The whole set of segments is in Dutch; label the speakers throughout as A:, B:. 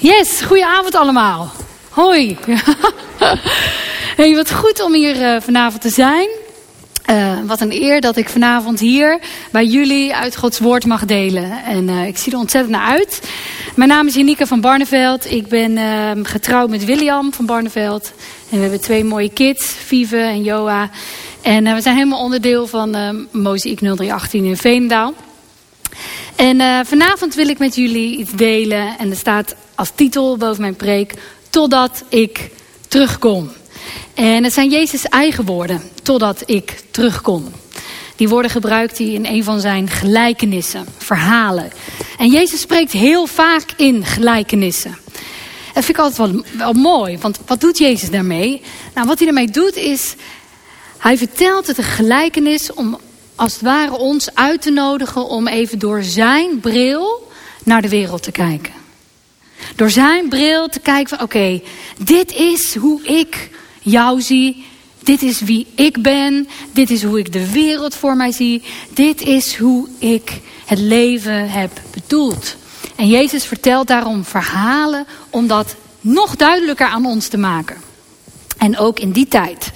A: Yes, goedenavond allemaal. Hoi. Hey, wat goed om hier vanavond te zijn. Wat een eer dat ik vanavond hier bij jullie uit Gods woord mag delen. En ik zie er ontzettend naar uit. Mijn naam is Janieke van Barneveld. Ik ben getrouwd met William van Barneveld. En we hebben 2 mooie kids, Vive en Joa. En we zijn helemaal onderdeel van Mozaïek 0318 in Veenendaal. En vanavond wil ik met jullie iets delen. En er staat als titel boven mijn preek: totdat ik terugkom. En het zijn Jezus' eigen woorden: totdat ik terugkom. Die woorden gebruikt hij in een van zijn gelijkenissen, verhalen. En Jezus spreekt heel vaak in gelijkenissen. Dat vind ik altijd wel mooi, want wat doet Jezus daarmee? Nou, wat hij daarmee doet is, hij vertelt het een gelijkenis om als het ware ons uit te nodigen om even door zijn bril naar de wereld te kijken. Door zijn bril te kijken van oké, dit is hoe ik jou zie. Dit is wie ik ben. Dit is hoe ik de wereld voor mij zie. Dit is hoe ik het leven heb bedoeld. En Jezus vertelt daarom verhalen om dat nog duidelijker aan ons te maken. En ook in die tijd.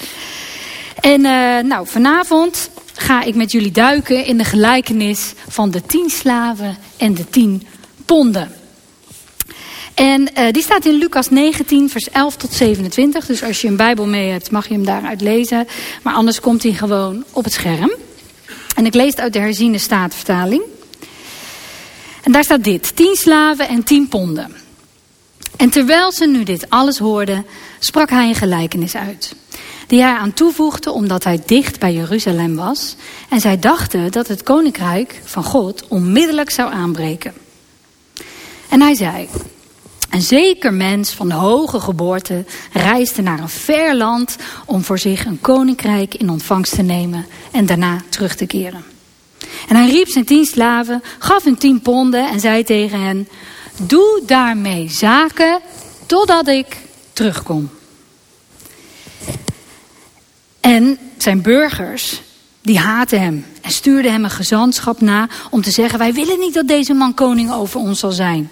A: En vanavond ga ik met jullie duiken in de gelijkenis van de 10 slaven en de 10 ponden. En die staat in Lucas 19 vers 11 tot 27. Dus als je een Bijbel mee hebt mag je hem daaruit lezen. Maar anders komt hij gewoon op het scherm. En ik lees het uit de herziene statenvertaling. En daar staat dit: 10 slaven en 10 ponden. En terwijl ze nu dit alles hoorden, sprak hij een gelijkenis uit. Die hij aan toevoegde omdat hij dicht bij Jeruzalem was. En zij dachten dat het koninkrijk van God onmiddellijk zou aanbreken. En hij zei: een zeker mens van hoge geboorte reisde naar een ver land om voor zich een koninkrijk in ontvangst te nemen en daarna terug te keren. En hij riep zijn 10 slaven, gaf hun 10 ponden en zei tegen hen: doe daarmee zaken totdat ik terugkom. En zijn burgers, die haatten hem en stuurden hem een gezantschap na om te zeggen: wij willen niet dat deze man koning over ons zal zijn.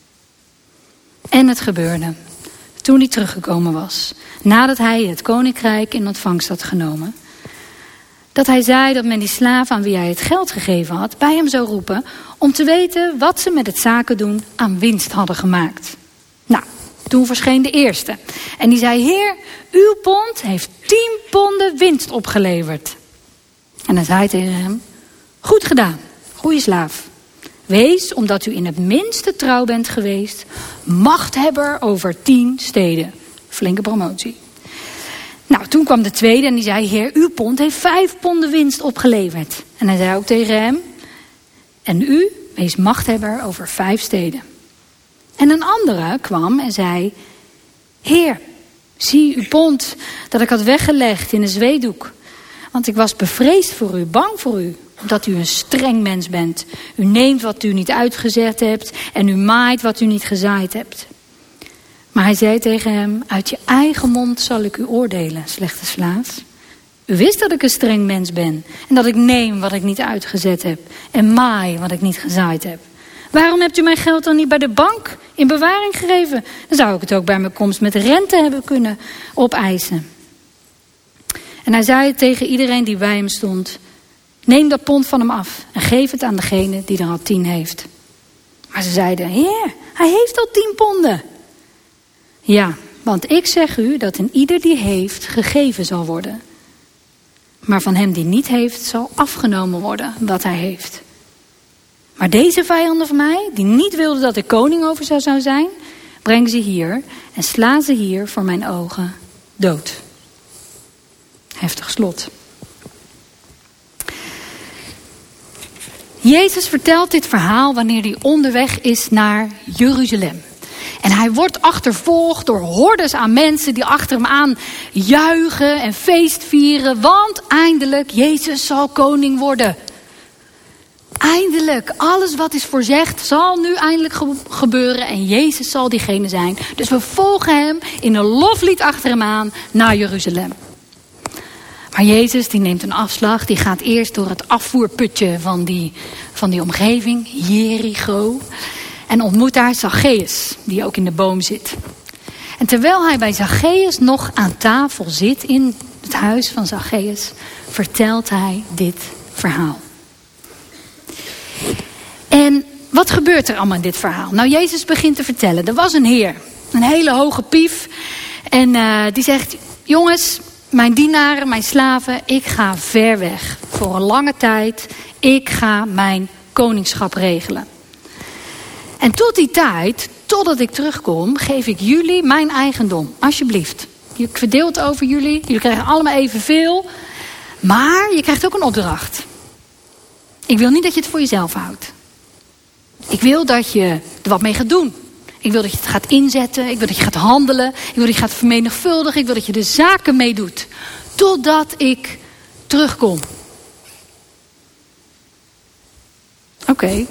A: En het gebeurde toen hij teruggekomen was, nadat hij het koninkrijk in ontvangst had genomen, dat hij zei dat men die slaaf aan wie hij het geld gegeven had bij hem zou roepen om te weten wat ze met het zaken doen aan winst hadden gemaakt. Nou, toen verscheen de eerste en die zei: heer, uw pond heeft 10 ponden winst opgeleverd. En hij zei tegen hem: goed gedaan, goede slaaf. Wees, omdat u in het minste trouw bent geweest, machthebber over 10 steden. Flinke promotie. Nou, toen kwam de tweede en die zei: heer, uw pond heeft 5 ponden winst opgeleverd. En hij zei ook tegen hem: en u, wees machthebber over 5 steden. En een andere kwam en zei: heer, zie uw pond dat ik had weggelegd in een zweedoek. Want ik was bevreesd voor u, bang voor u, omdat u een streng mens bent. U neemt wat u niet uitgezet hebt en u maait wat u niet gezaaid hebt. Maar hij zei tegen hem: uit je eigen mond zal ik u oordelen, slechte slaaf. U wist dat ik een streng mens ben en dat ik neem wat ik niet uitgezet heb en maai wat ik niet gezaaid heb. Waarom hebt u mijn geld dan niet bij de bank in bewaring gegeven? Dan zou ik het ook bij mijn komst met rente hebben kunnen opeisen. En hij zei het tegen iedereen die bij hem stond: neem dat pond van hem af en geef het aan degene die er al 10 heeft. Maar ze zeiden: heer, hij heeft al 10 ponden. Ja, want ik zeg u dat in ieder die heeft gegeven zal worden. Maar van hem die niet heeft zal afgenomen worden wat hij heeft. Maar deze vijanden van mij, die niet wilden dat ik koning over zou zijn, breng ze hier en sla ze hier voor mijn ogen dood. Heftig slot. Jezus vertelt dit verhaal wanneer hij onderweg is naar Jeruzalem. En hij wordt achtervolgd door hordes aan mensen die achter hem aan juichen en feestvieren. Want eindelijk, Jezus zal koning worden. Eindelijk, alles wat is voorzegd zal nu eindelijk gebeuren en Jezus zal diegene zijn. Dus we volgen hem in een loflied achter hem aan naar Jeruzalem. Maar Jezus die neemt een afslag, die gaat eerst door het afvoerputje van die omgeving, Jericho. En ontmoet daar Zacchaeus, die ook in de boom zit. En terwijl hij bij Zacchaeus nog aan tafel zit, in het huis van Zacchaeus, vertelt hij dit verhaal. En wat gebeurt er allemaal in dit verhaal? Nou, Jezus begint te vertellen. Er was een heer, een hele hoge pief. En die zegt, jongens, mijn dienaren, mijn slaven, ik ga ver weg. Voor een lange tijd, ik ga mijn koningschap regelen. En tot die tijd, totdat ik terugkom, geef ik jullie mijn eigendom. Alsjeblieft. Ik verdeel het over jullie. Jullie krijgen allemaal evenveel. Maar je krijgt ook een opdracht. Ik wil niet dat je het voor jezelf houdt. Ik wil dat je er wat mee gaat doen. Ik wil dat je het gaat inzetten. Ik wil dat je gaat handelen. Ik wil dat je gaat vermenigvuldigen. Ik wil dat je de zaken meedoet. Totdat ik terugkom. Oké.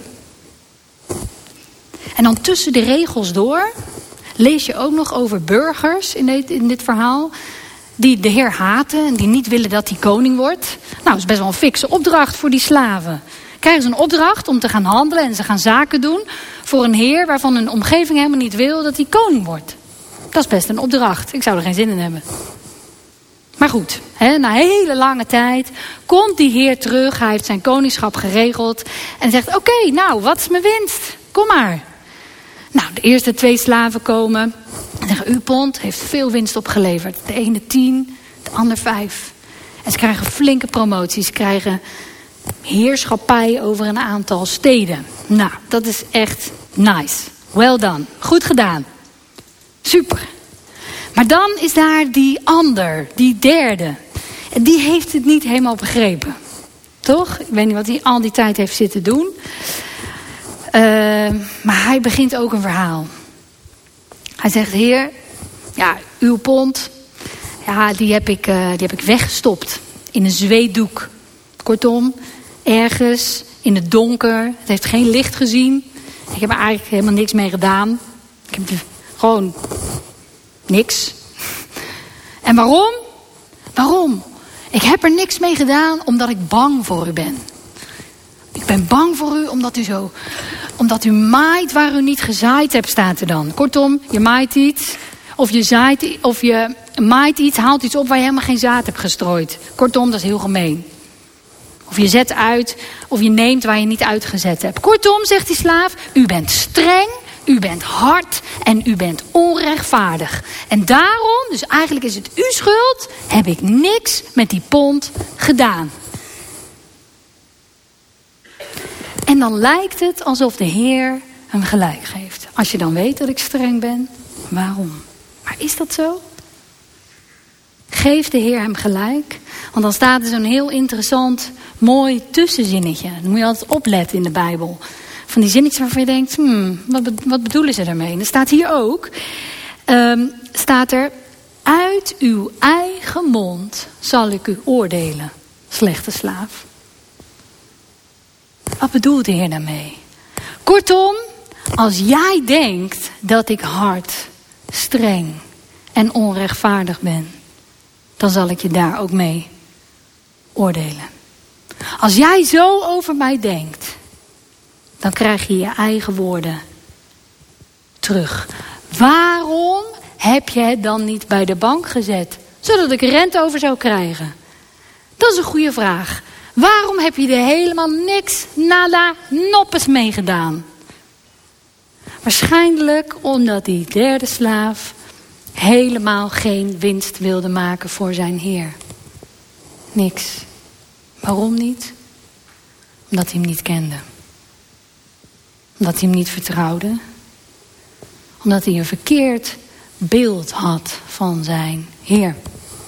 A: En dan tussen de regels door lees je ook nog over burgers in dit verhaal. Die de Heer haten en die niet willen dat hij koning wordt. Nou, dat is best wel een fikse opdracht voor die slaven. Krijgen ze een opdracht om te gaan handelen en ze gaan zaken doen voor een Heer waarvan hun omgeving helemaal niet wil dat hij koning wordt. Dat is best een opdracht. Ik zou er geen zin in hebben. Maar goed, na hele lange tijd komt die Heer terug. Hij heeft zijn koningschap geregeld en zegt, oké, nou, wat is mijn winst? Kom maar. Nou, de eerste 2 slaven komen en zeggen, uw pond heeft veel winst opgeleverd. De ene 10, de ander 5. En ze krijgen flinke promoties. Ze krijgen heerschappij over een aantal steden. Nou, dat is echt nice. Well done. Goed gedaan. Super. Maar dan is daar die ander, die derde. En die heeft het niet helemaal begrepen. Toch? Ik weet niet wat hij al die tijd heeft zitten doen. Maar hij begint ook een verhaal. Hij zegt, Heer, ja, uw pond, ja, die heb ik weggestopt in een zweetdoek. Kortom, ergens in het donker. Het heeft geen licht gezien. Ik heb er eigenlijk helemaal niks mee gedaan. Ik heb gewoon niks. En waarom? Waarom? Ik heb er niks mee gedaan omdat ik bang voor u ben. Ik ben bang voor u omdat u maait waar u niet gezaaid hebt, staat er dan. Kortom, je maait iets of je maait iets, haalt iets op waar je helemaal geen zaad hebt gestrooid. Kortom, dat is heel gemeen. Of je zet uit of je neemt waar je niet uitgezet hebt. Kortom, zegt die slaaf, u bent streng, u bent hard en u bent onrechtvaardig. En daarom, dus eigenlijk is het uw schuld, heb ik niks met die pond gedaan. En dan lijkt het alsof de Heer hem gelijk geeft. Als je dan weet dat ik streng ben, waarom? Maar is dat zo? Geeft de Heer hem gelijk? Want dan staat er zo'n heel interessant, mooi tussenzinnetje. Dan moet je altijd opletten in de Bijbel. Van die zinnetjes waarvan je denkt, wat bedoelen ze daarmee? En dat staat hier ook. Staat er, uit uw eigen mond zal ik u oordelen, slechte slaaf. Wat bedoelt de Heer daarmee? Kortom, als jij denkt dat ik hard, streng en onrechtvaardig ben, dan zal ik je daar ook mee oordelen. Als jij zo over mij denkt, dan krijg je je eigen woorden terug. Waarom heb je het dan niet bij de bank gezet, zodat ik rente over zou krijgen? Dat is een goede vraag. Waarom heb je er helemaal niks, nada, noppes mee gedaan? Waarschijnlijk omdat die derde slaaf helemaal geen winst wilde maken voor zijn Heer. Niks. Waarom niet? Omdat hij hem niet kende. Omdat hij hem niet vertrouwde. Omdat hij een verkeerd beeld had van zijn Heer.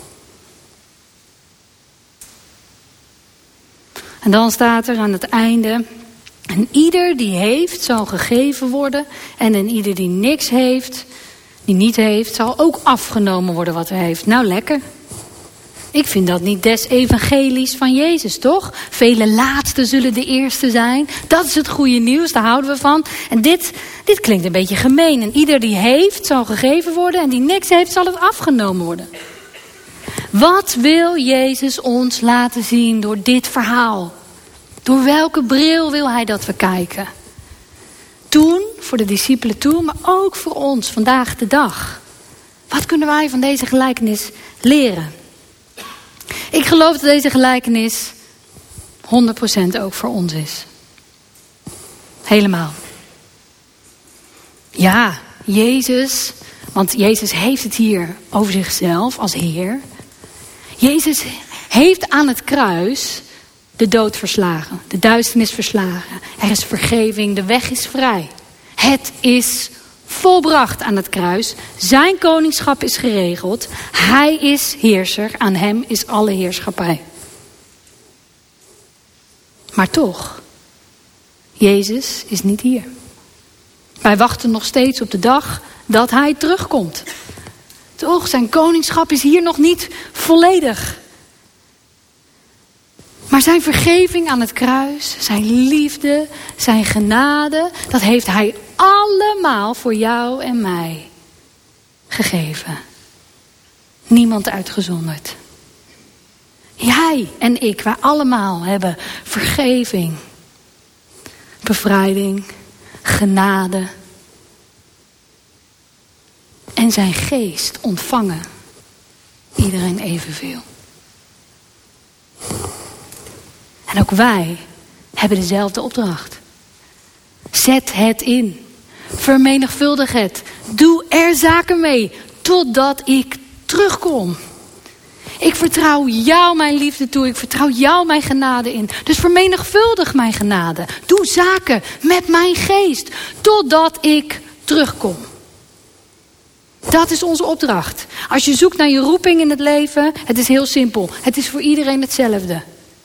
A: En dan staat er aan het einde, en ieder die heeft zal gegeven worden. En een ieder die niks heeft, die niet heeft, zal ook afgenomen worden wat hij heeft. Nou, lekker. Ik vind dat niet des evangelies van Jezus, toch? Vele laatsten zullen de eerste zijn. Dat is het goede nieuws, daar houden we van. En dit klinkt een beetje gemeen. En ieder die heeft zal gegeven worden en die niks heeft zal het afgenomen worden. Wat wil Jezus ons laten zien door dit verhaal? Door welke bril wil hij dat we kijken? Toen voor de discipelen toen, maar ook voor ons vandaag de dag. Wat kunnen wij van deze gelijkenis leren? Ik geloof dat deze gelijkenis 100% ook voor ons is. Helemaal. Ja, Jezus, want Jezus heeft het hier over zichzelf als Heer. Jezus heeft aan het kruis de dood verslagen, de duisternis verslagen. Er is vergeving, de weg is vrij. Het is volbracht aan het kruis. Zijn koningschap is geregeld. Hij is heerser, aan hem is alle heerschappij. Maar toch, Jezus is niet hier. Wij wachten nog steeds op de dag dat hij terugkomt. Toch, zijn koningschap is hier nog niet volledig. Maar zijn vergeving aan het kruis, zijn liefde, zijn genade, dat heeft hij allemaal voor jou en mij gegeven. Niemand uitgezonderd. Jij en ik, wij allemaal hebben vergeving, bevrijding, genade en zijn geest ontvangen. Iedereen evenveel. En ook wij hebben dezelfde opdracht. Zet het in. Vermenigvuldig het. Doe er zaken mee. Totdat ik terugkom. Ik vertrouw jou mijn liefde toe. Ik vertrouw jou mijn genade in. Dus vermenigvuldig mijn genade. Doe zaken met mijn geest. Totdat ik terugkom. Dat is onze opdracht. Als je zoekt naar je roeping in het leven. Het is heel simpel. Het is voor iedereen hetzelfde.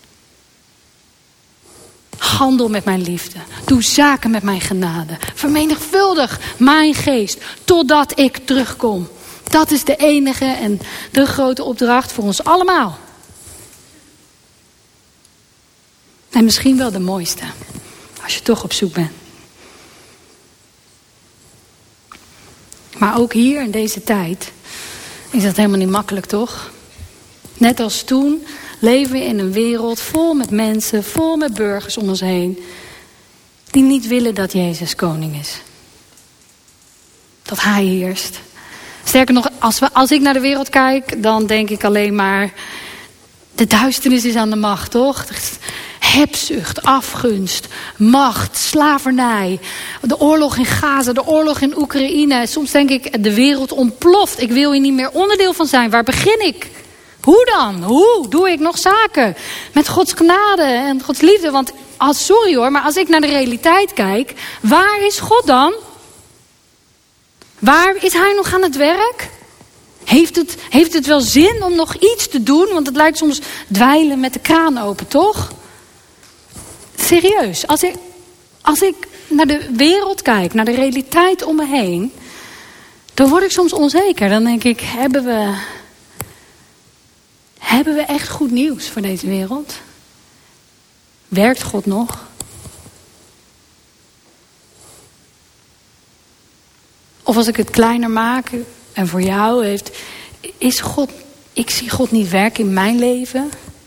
A: Handel met mijn liefde. Doe zaken met mijn genade. Vermenigvuldig mijn geest. Totdat ik terugkom. Dat is de enige en de grote opdracht voor ons allemaal. En misschien wel de mooiste. Als je toch op zoek bent. Maar ook hier in deze tijd is dat helemaal niet makkelijk, toch? Net als toen leven we in een wereld vol met mensen, vol met burgers om ons heen. Die niet willen dat Jezus koning is. Dat hij heerst. Sterker nog, als ik naar de wereld kijk, dan denk ik alleen maar, de duisternis is aan de macht, toch? Hebzucht, afgunst, macht, slavernij, de oorlog in Gaza, de oorlog in Oekraïne. Soms denk ik, de wereld ontploft. Ik wil hier niet meer onderdeel van zijn. Waar begin ik? Hoe dan? Hoe doe ik nog zaken? Met Gods genade en Gods liefde. Want, sorry hoor, maar als ik naar de realiteit kijk, waar is God dan? Waar is hij nog aan het werk? Heeft het wel zin om nog iets te doen? Want het lijkt soms dweilen met de kraan open, toch? Serieus, als ik naar de wereld kijk, naar de realiteit om me heen, dan word ik soms onzeker. Dan denk ik, hebben we echt goed nieuws voor deze wereld? Werkt God nog? Of als ik het kleiner maak en voor jou ik zie God niet werken in mijn leven.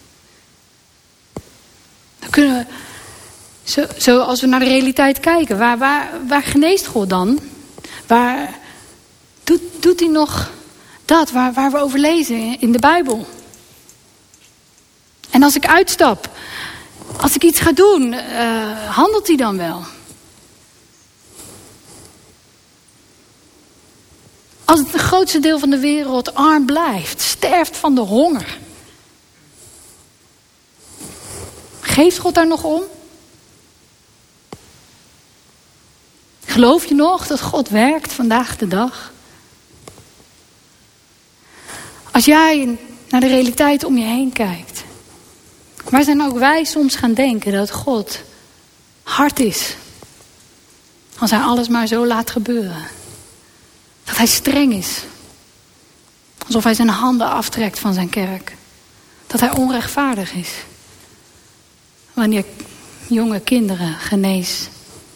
A: Dan kunnen we, zo als we naar de realiteit kijken, waar geneest God dan? Waar doet hij nog dat waar we over lezen in de Bijbel? En als ik uitstap, als ik iets ga doen, handelt hij dan wel? Als het grootste deel van de wereld arm blijft, sterft van de honger. Geeft God daar nog om? Geloof je nog dat God werkt vandaag de dag? Als jij naar de realiteit om je heen kijkt. Waar zijn ook wij soms gaan denken dat God hard is. Als hij alles maar zo laat gebeuren. Dat hij streng is. Alsof hij zijn handen aftrekt van zijn kerk. Dat hij onrechtvaardig is. Wanneer jonge kinderen genees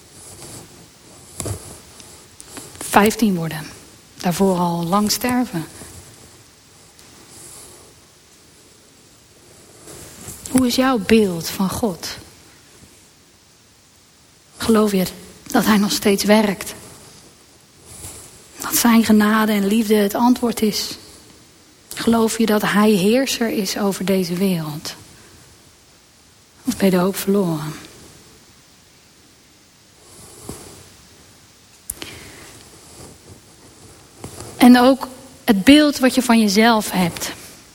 A: 15 worden. Daarvoor al lang sterven. Hoe is jouw beeld van God? Geloof je dat hij nog steeds werkt. Dat zijn genade en liefde het antwoord is. Geloof je dat hij heerser is over deze wereld? Of ben je de hoop verloren? En ook het beeld wat je van jezelf hebt,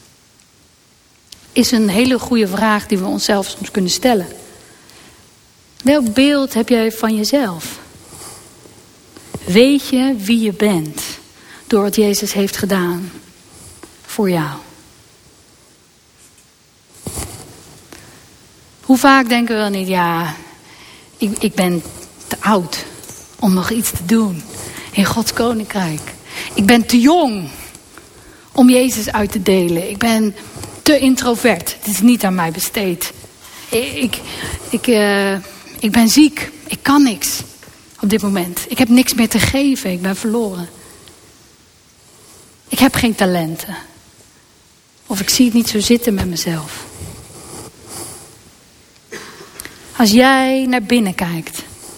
A: is een hele goede vraag die we onszelf soms kunnen stellen. Welk beeld heb jij van jezelf? Weet je wie je bent door wat Jezus heeft gedaan voor jou? Hoe vaak denken we wel niet, ja, ik ben te oud om nog iets te doen in Gods koninkrijk. Ik ben te jong om Jezus uit te delen. Ik ben te introvert. Het is niet aan mij besteed. Ik ben ziek. Ik kan niks op dit moment. Ik heb niks meer te geven. Ik ben verloren. Ik heb geen talenten. Of ik zie het niet zo zitten met mezelf. Als jij naar binnen kijkt,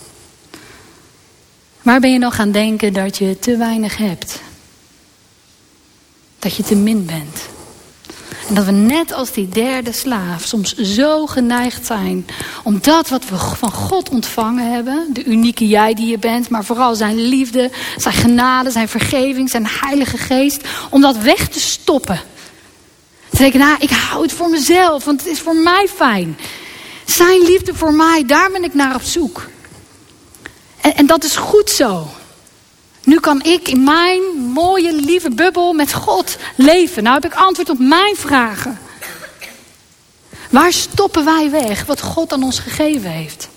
A: waar ben je dan gaan denken dat je te weinig hebt? Dat je te min bent. En dat we net als die derde slaaf soms zo geneigd zijn om dat wat we van God ontvangen hebben, de unieke jij die je bent, maar vooral zijn liefde, zijn genade, zijn vergeving, zijn heilige geest, om dat weg te stoppen. Te denken, ik hou het voor mezelf, want het is voor mij fijn. Zijn liefde voor mij, daar ben ik naar op zoek. En dat is goed zo. Nu kan ik in mijn mooie, lieve bubbel met God leven. Nou heb ik antwoord op mijn vragen. Waar stoppen wij weg wat God aan ons gegeven heeft?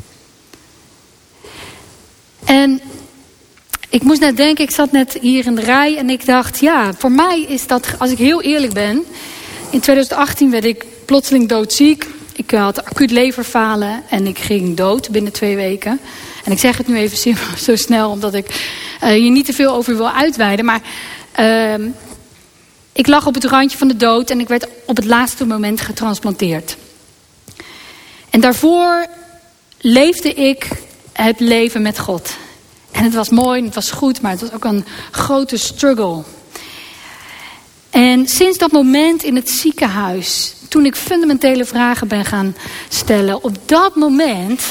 A: En ik moest net denken, ik zat net hier in de rij en ik dacht, ja, voor mij is dat, als ik heel eerlijk ben, in 2018 werd ik plotseling doodziek. Ik had acuut leverfalen en ik ging dood binnen 2 weken. En ik zeg het nu even zo snel, omdat ik hier niet te veel over wil uitweiden. Maar ik lag op het randje van de dood en ik werd op het laatste moment getransplanteerd. En daarvoor leefde ik het leven met God. En het was mooi en het was goed, maar het was ook een grote struggle. En sinds dat moment in het ziekenhuis, toen ik fundamentele vragen ben gaan stellen, op dat moment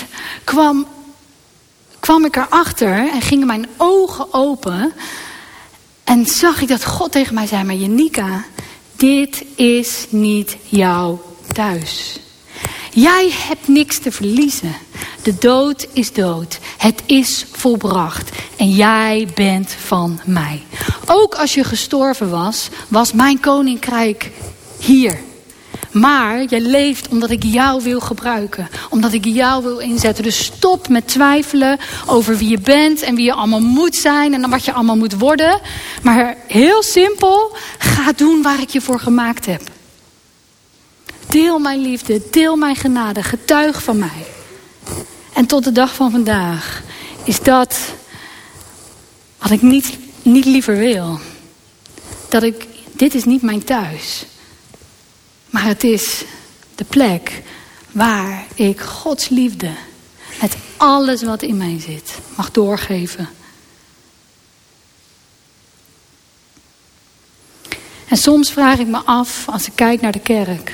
A: kwam ik erachter en gingen mijn ogen open. En zag ik dat God tegen mij zei, maar Janica, dit is niet jouw thuis. Jij hebt niks te verliezen. De dood is dood. Het is volbracht. En jij bent van mij. Ook als je gestorven was mijn koninkrijk hier. Maar je leeft omdat ik jou wil gebruiken. Omdat ik jou wil inzetten. Dus stop met twijfelen over wie je bent en wie je allemaal moet zijn en wat je allemaal moet worden. Maar heel simpel, ga doen waar ik je voor gemaakt heb. Deel mijn liefde, deel mijn genade, getuig van mij. En tot de dag van vandaag is dat wat ik niet liever wil. Dit is niet mijn thuis. Maar het is de plek waar ik Gods liefde met alles wat in mij zit mag doorgeven. En soms vraag ik me af, als ik kijk naar de kerk,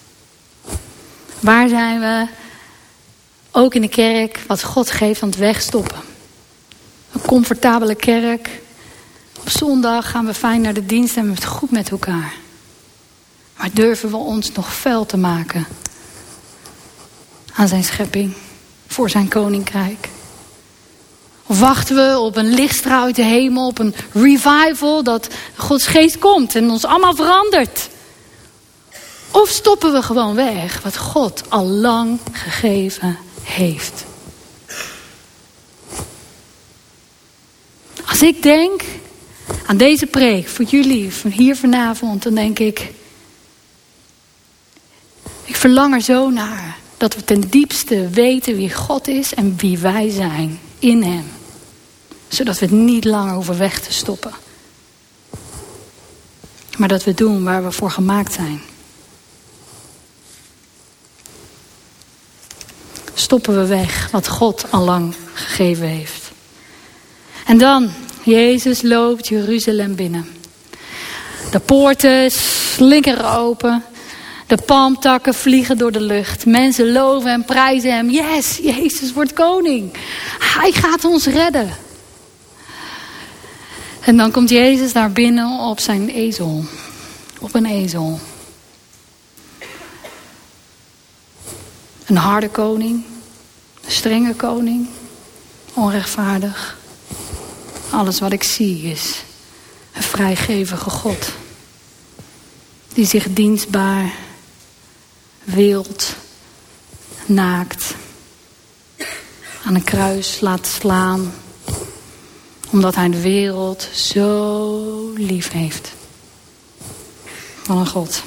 A: waar zijn we ook in de kerk wat God geeft aan het wegstoppen? Een comfortabele kerk. Op zondag gaan we fijn naar de dienst en we hebben het goed met elkaar. Maar durven we ons nog vuil te maken aan zijn schepping, voor zijn koninkrijk? Of wachten we op een lichtstraal uit de hemel, op een revival, dat Gods geest komt en ons allemaal verandert? Of stoppen we gewoon weg wat God al lang gegeven heeft? Als ik denk aan deze preek voor jullie, van hier vanavond, dan denk ik verlang er zo naar dat we ten diepste weten wie God is en wie wij zijn in hem. Zodat we het niet langer hoeven weg te stoppen. Maar dat we doen waar we voor gemaakt zijn. stoppen we weg wat God al lang gegeven heeft. En dan, Jezus loopt Jeruzalem binnen. De poorten slinkeren open. De palmtakken vliegen door de lucht. Mensen loven en prijzen hem. Yes, Jezus wordt koning. Hij gaat ons redden. En dan komt Jezus daar binnen op zijn ezel. Op een ezel. Een harde koning. Een strenge koning. Onrechtvaardig. Alles wat ik zie is een vrijgevige God. Die zich dienstbaar, wild, naakt aan een kruis laat slaan. Omdat hij de wereld zo lief heeft. Wat een God.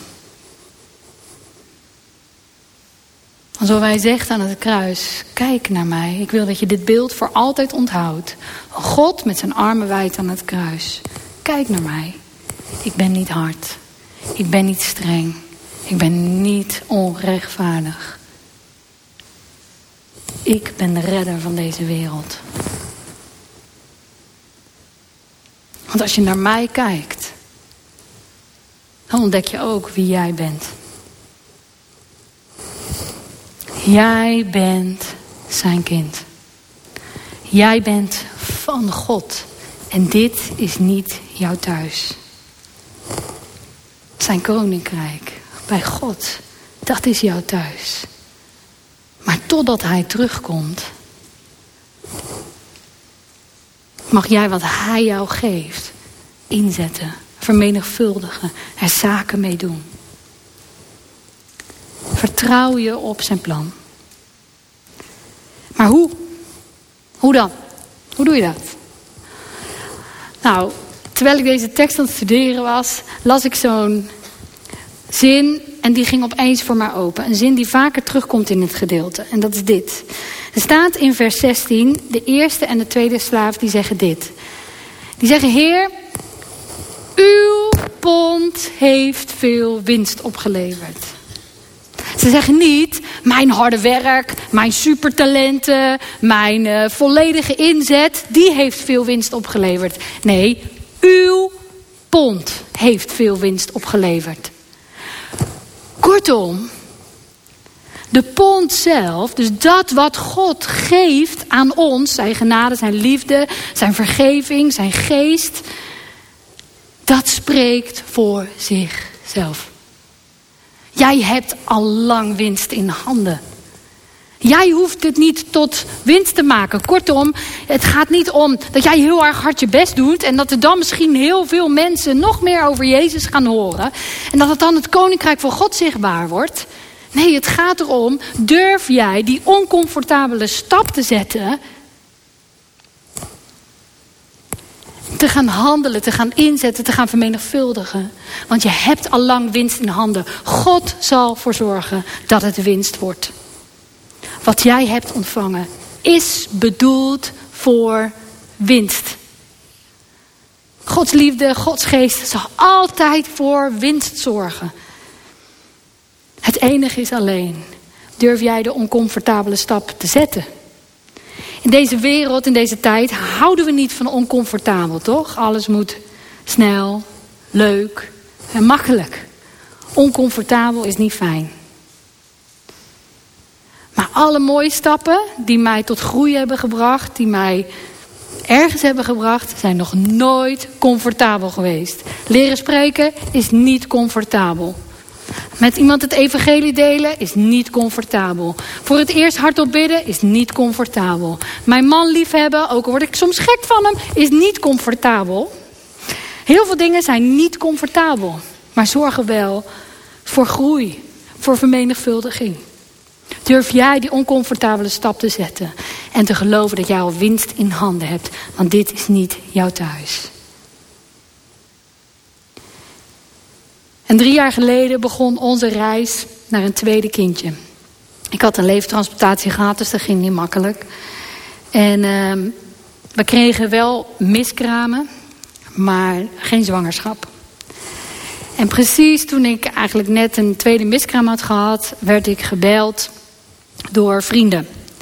A: Alsof hij zegt aan het kruis, kijk naar mij. Ik wil dat je dit beeld voor altijd onthoudt. Een God met zijn armen wijd aan het kruis. Kijk naar mij. Ik ben niet hard. Ik ben niet streng. Ik ben niet onrechtvaardig. Ik ben de redder van deze wereld. Want als je naar mij kijkt, dan ontdek je ook wie jij bent. Jij bent zijn kind. Jij bent van God. En dit is niet jouw thuis. Zijn koninkrijk bij God, dat is jouw thuis. Maar totdat hij terugkomt, mag jij wat hij jou geeft inzetten, vermenigvuldigen, er zaken mee doen. Vertrouw je op zijn plan. Maar hoe? Hoe dan? Hoe doe je dat? Nou, terwijl ik deze tekst aan het studeren was, las ik zo'n zin en die ging opeens voor mij open. Een zin die vaker terugkomt in het gedeelte. En dat is dit. Er staat in vers 16, de eerste en de tweede slaaf die zeggen dit. Die zeggen, Heer, uw pond heeft veel winst opgeleverd. Ze zeggen niet, mijn harde werk, mijn supertalenten, mijn volledige inzet, die heeft veel winst opgeleverd. Nee, uw pond heeft veel winst opgeleverd. Kortom, de pond zelf, dus dat wat God geeft aan ons, zijn genade, zijn liefde, zijn vergeving, zijn geest, dat spreekt voor zichzelf. Jij hebt al lang winst in handen. Jij hoeft het niet tot winst te maken. Kortom, het gaat niet om dat jij heel erg hard je best doet en dat er dan misschien heel veel mensen nog meer over Jezus gaan horen. En dat het dan het koninkrijk van God zichtbaar wordt. Nee, het gaat erom, durf jij die oncomfortabele stap te zetten, te gaan handelen, te gaan inzetten, te gaan vermenigvuldigen. Want je hebt al lang winst in handen. God zal ervoor zorgen dat het winst wordt. Wat jij hebt ontvangen is bedoeld voor winst. Gods liefde, Gods geest zal altijd voor winst zorgen. Het enige is alleen, durf jij de oncomfortabele stap te zetten? In deze wereld, in deze tijd, houden we niet van oncomfortabel, toch? Alles moet snel, leuk en makkelijk. Oncomfortabel is niet fijn. Maar alle mooie stappen die mij tot groei hebben gebracht, die mij ergens hebben gebracht, zijn nog nooit comfortabel geweest. Leren spreken is niet comfortabel. Met iemand het evangelie delen is niet comfortabel. Voor het eerst hardop bidden is niet comfortabel. Mijn man liefhebben, ook al word ik soms gek van hem, is niet comfortabel. Heel veel dingen zijn niet comfortabel. Maar zorgen wel voor groei, voor vermenigvuldiging. Durf jij die oncomfortabele stap te zetten. En te geloven dat jij al winst in handen hebt. Want dit is niet jouw thuis. En 3 jaar geleden begon onze reis naar een tweede kindje. Ik had een leeftransplantatie gehad, dus dat ging niet makkelijk. En we kregen wel miskramen, maar geen zwangerschap. En precies toen ik eigenlijk net een tweede miskraam had gehad, werd ik gebeld door vrienden.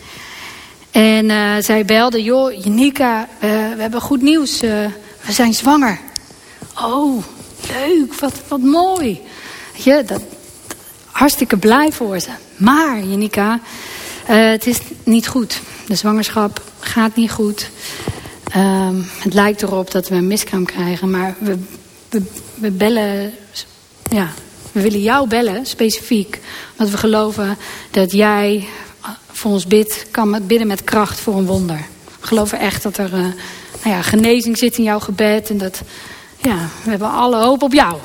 A: En zij belde, joh, Jenica, we hebben goed nieuws. We zijn zwanger. Oh, leuk, wat mooi. Weet je, hartstikke blij voor ze. Maar, Jenica, het is niet goed. De zwangerschap gaat niet goed. Het lijkt erop dat we een miskraam krijgen. Maar we bellen... Ja, we willen jou bellen, specifiek. Want we geloven dat jij voor ons kan bidden met kracht voor een wonder. We geloven echt dat er genezing zit in jouw gebed. En dat, we hebben alle hoop op jou.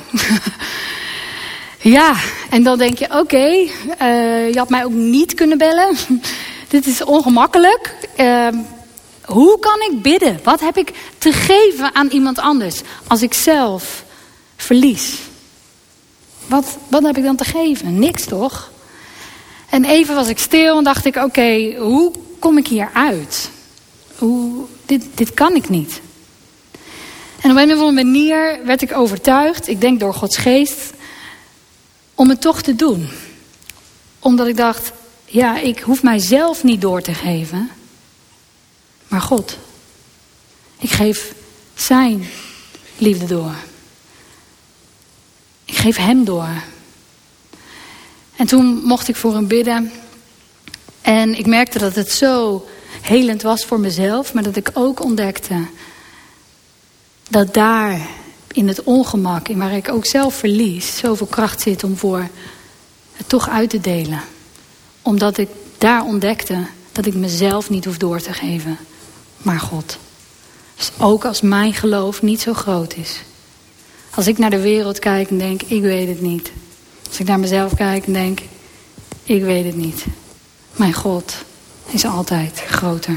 A: Ja, en dan denk je, oké, je had mij ook niet kunnen bellen. Dit is ongemakkelijk. Hoe kan ik bidden? Wat heb ik te geven aan iemand anders als ik zelf verlies? Wat heb ik dan te geven? Niks, toch? En even was ik stil en dacht ik, oké, hoe kom ik hier uit? Dit kan ik niet. En op een of andere manier werd ik overtuigd, ik denk door Gods geest, om het toch te doen. Omdat ik dacht, ik hoef mijzelf niet door te geven, maar God. Ik geef zijn liefde door. Ik geef hem door. En toen mocht ik voor hem bidden. En ik merkte dat het zo helend was voor mezelf. Maar dat ik ook ontdekte dat daar in het ongemak, in waar ik ook zelf verlies, zoveel kracht zit om voor het toch uit te delen. Omdat ik daar ontdekte dat ik mezelf niet hoef door te geven, maar God. Dus ook als mijn geloof niet zo groot is. Als ik naar de wereld kijk en denk, ik weet het niet. Als ik naar mezelf kijk en denk, ik weet het niet. Mijn God is altijd groter.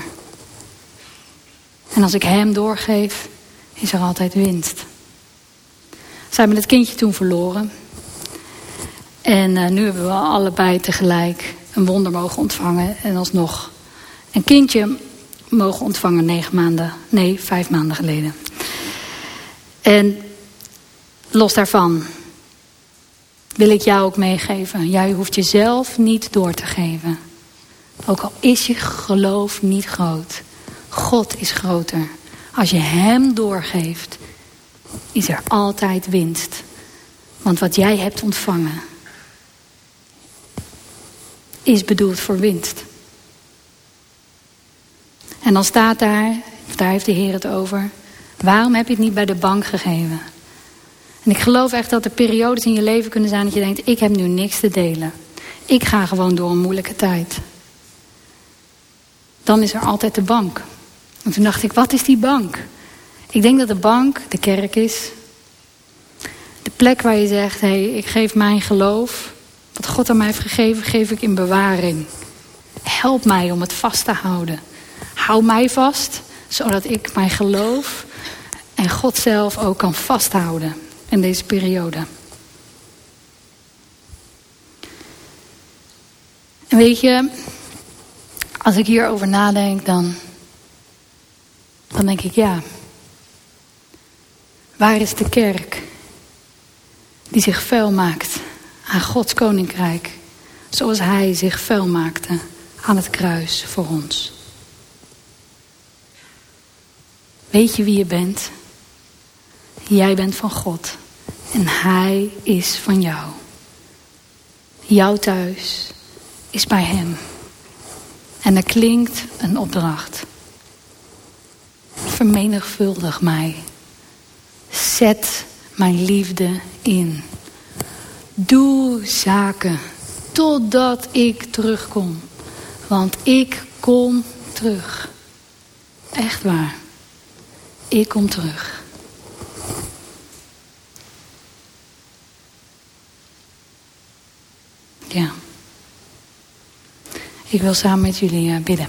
A: En als ik hem doorgeef, is er altijd winst. Zij hebben het kindje toen verloren. En nu hebben we allebei tegelijk een wonder mogen ontvangen. En alsnog een kindje mogen ontvangen 5 maanden geleden. En los daarvan wil ik jou ook meegeven. Jij hoeft jezelf niet door te geven. Ook al is je geloof niet groot. God is groter. Als je hem doorgeeft, is er altijd winst. Want wat jij hebt ontvangen, is bedoeld voor winst. En dan staat daar heeft de Heer het over, waarom heb je het niet bij de bank gegeven? En ik geloof echt dat er periodes in je leven kunnen zijn dat je denkt, ik heb nu niks te delen. Ik ga gewoon door een moeilijke tijd. Dan is er altijd de bank. En toen dacht ik, wat is die bank? Ik denk dat de bank de kerk is. De plek waar je zegt, ik geef mijn geloof. Wat God aan mij heeft gegeven, geef ik in bewaring. Help mij om het vast te houden. Hou mij vast, zodat ik mijn geloof en God zelf ook kan vasthouden in deze periode. En weet je, als ik hierover nadenk, dan denk ik, waar is de kerk die zich vuil maakt aan Gods koninkrijk, zoals hij zich vuil maakte aan het kruis voor ons? Weet je wie je bent? Jij bent van God en hij is van jou. Jouw thuis is bij hem. En er klinkt een opdracht. Vermenigvuldig mij. Zet mijn liefde in. Doe zaken totdat ik terugkom. Want ik kom terug. Echt waar. Ik kom terug. Ja. Ik wil samen met jullie bidden.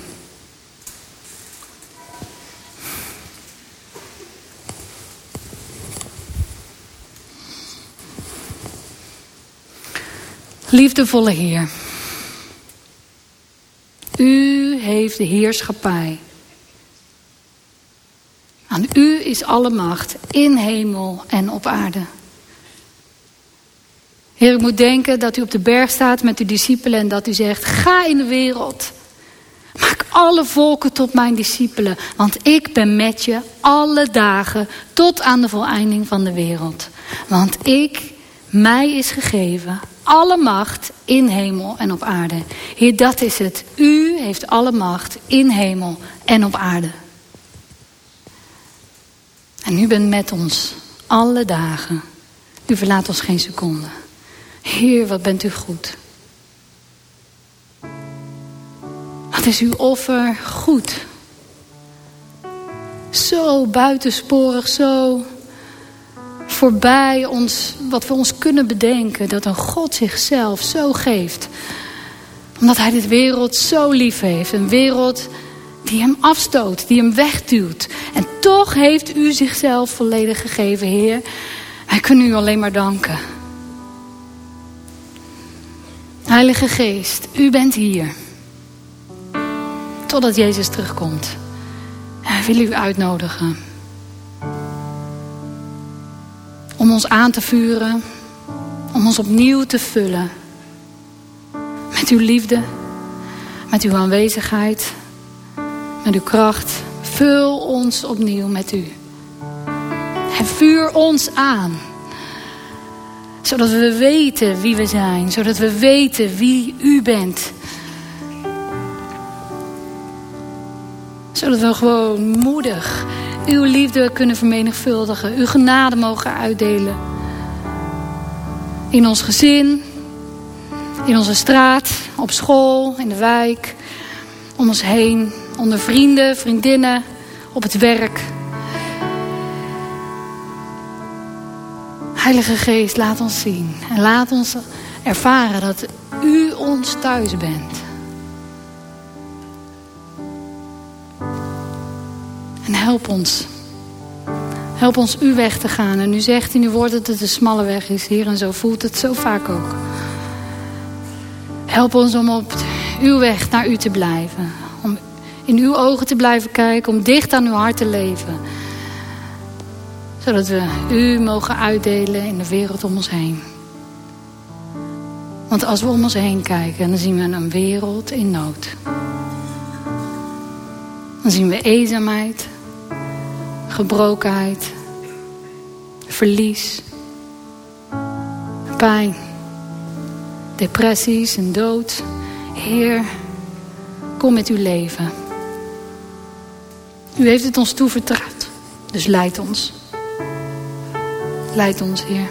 A: Liefdevolle Heer. U heeft de heerschappij. Aan u is alle macht in hemel en op aarde. Heer, ik moet denken dat u op de berg staat met uw discipelen en dat u zegt, ga in de wereld. Maak alle volken tot mijn discipelen. Want ik ben met je alle dagen tot aan de voleinding van de wereld. Want mij is gegeven alle macht in hemel en op aarde. Heer, dat is het. U heeft alle macht in hemel en op aarde. En u bent met ons alle dagen. U verlaat ons geen seconde. Heer, wat bent u goed. Wat is uw offer goed. Zo buitensporig, zo voorbij ons, wat we ons kunnen bedenken. Dat een God zichzelf zo geeft. Omdat hij dit wereld zo lief heeft. Een wereld die hem afstoot, die hem wegduwt. En toch heeft u zichzelf volledig gegeven, Heer. Wij kunnen u alleen maar danken. Heilige Geest, u bent hier. Totdat Jezus terugkomt. En wij willen u uitnodigen. Om ons aan te vuren. Om ons opnieuw te vullen. Met uw liefde. Met uw aanwezigheid. Met uw kracht. Vul ons opnieuw met u. En vuur ons aan. Zodat we weten wie we zijn. Zodat we weten wie u bent. Zodat we gewoon moedig uw liefde kunnen vermenigvuldigen. Uw genade mogen uitdelen. In ons gezin. In onze straat. Op school. In de wijk. Om ons heen. Onder vrienden, vriendinnen. Op het werk. Heilige Geest, laat ons zien. En laat ons ervaren dat u ons thuis bent. En help ons. Help ons uw weg te gaan. En u zegt in uw woord dat het een smalle weg is, Heer. En zo voelt het zo vaak ook. Help ons om op uw weg naar u te blijven. Om in uw ogen te blijven kijken. Om dicht aan uw hart te leven. Zodat we u mogen uitdelen in de wereld om ons heen. Want als we om ons heen kijken, dan zien we een wereld in nood. Dan zien we eenzaamheid, gebrokenheid, verlies, pijn, depressies en dood. Heer, kom met uw leven. U heeft het ons toevertrouwd, dus leid ons. Leid ons, Heer.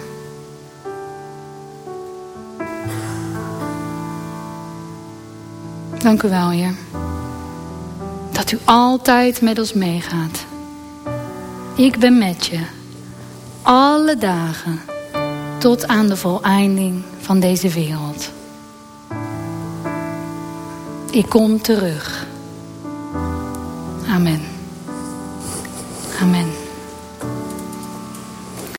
A: Dank u wel, Heer. Dat u altijd met ons meegaat. Ik ben met je. Alle dagen. Tot aan de voleinding van deze wereld. Ik kom terug. Amen. Amen.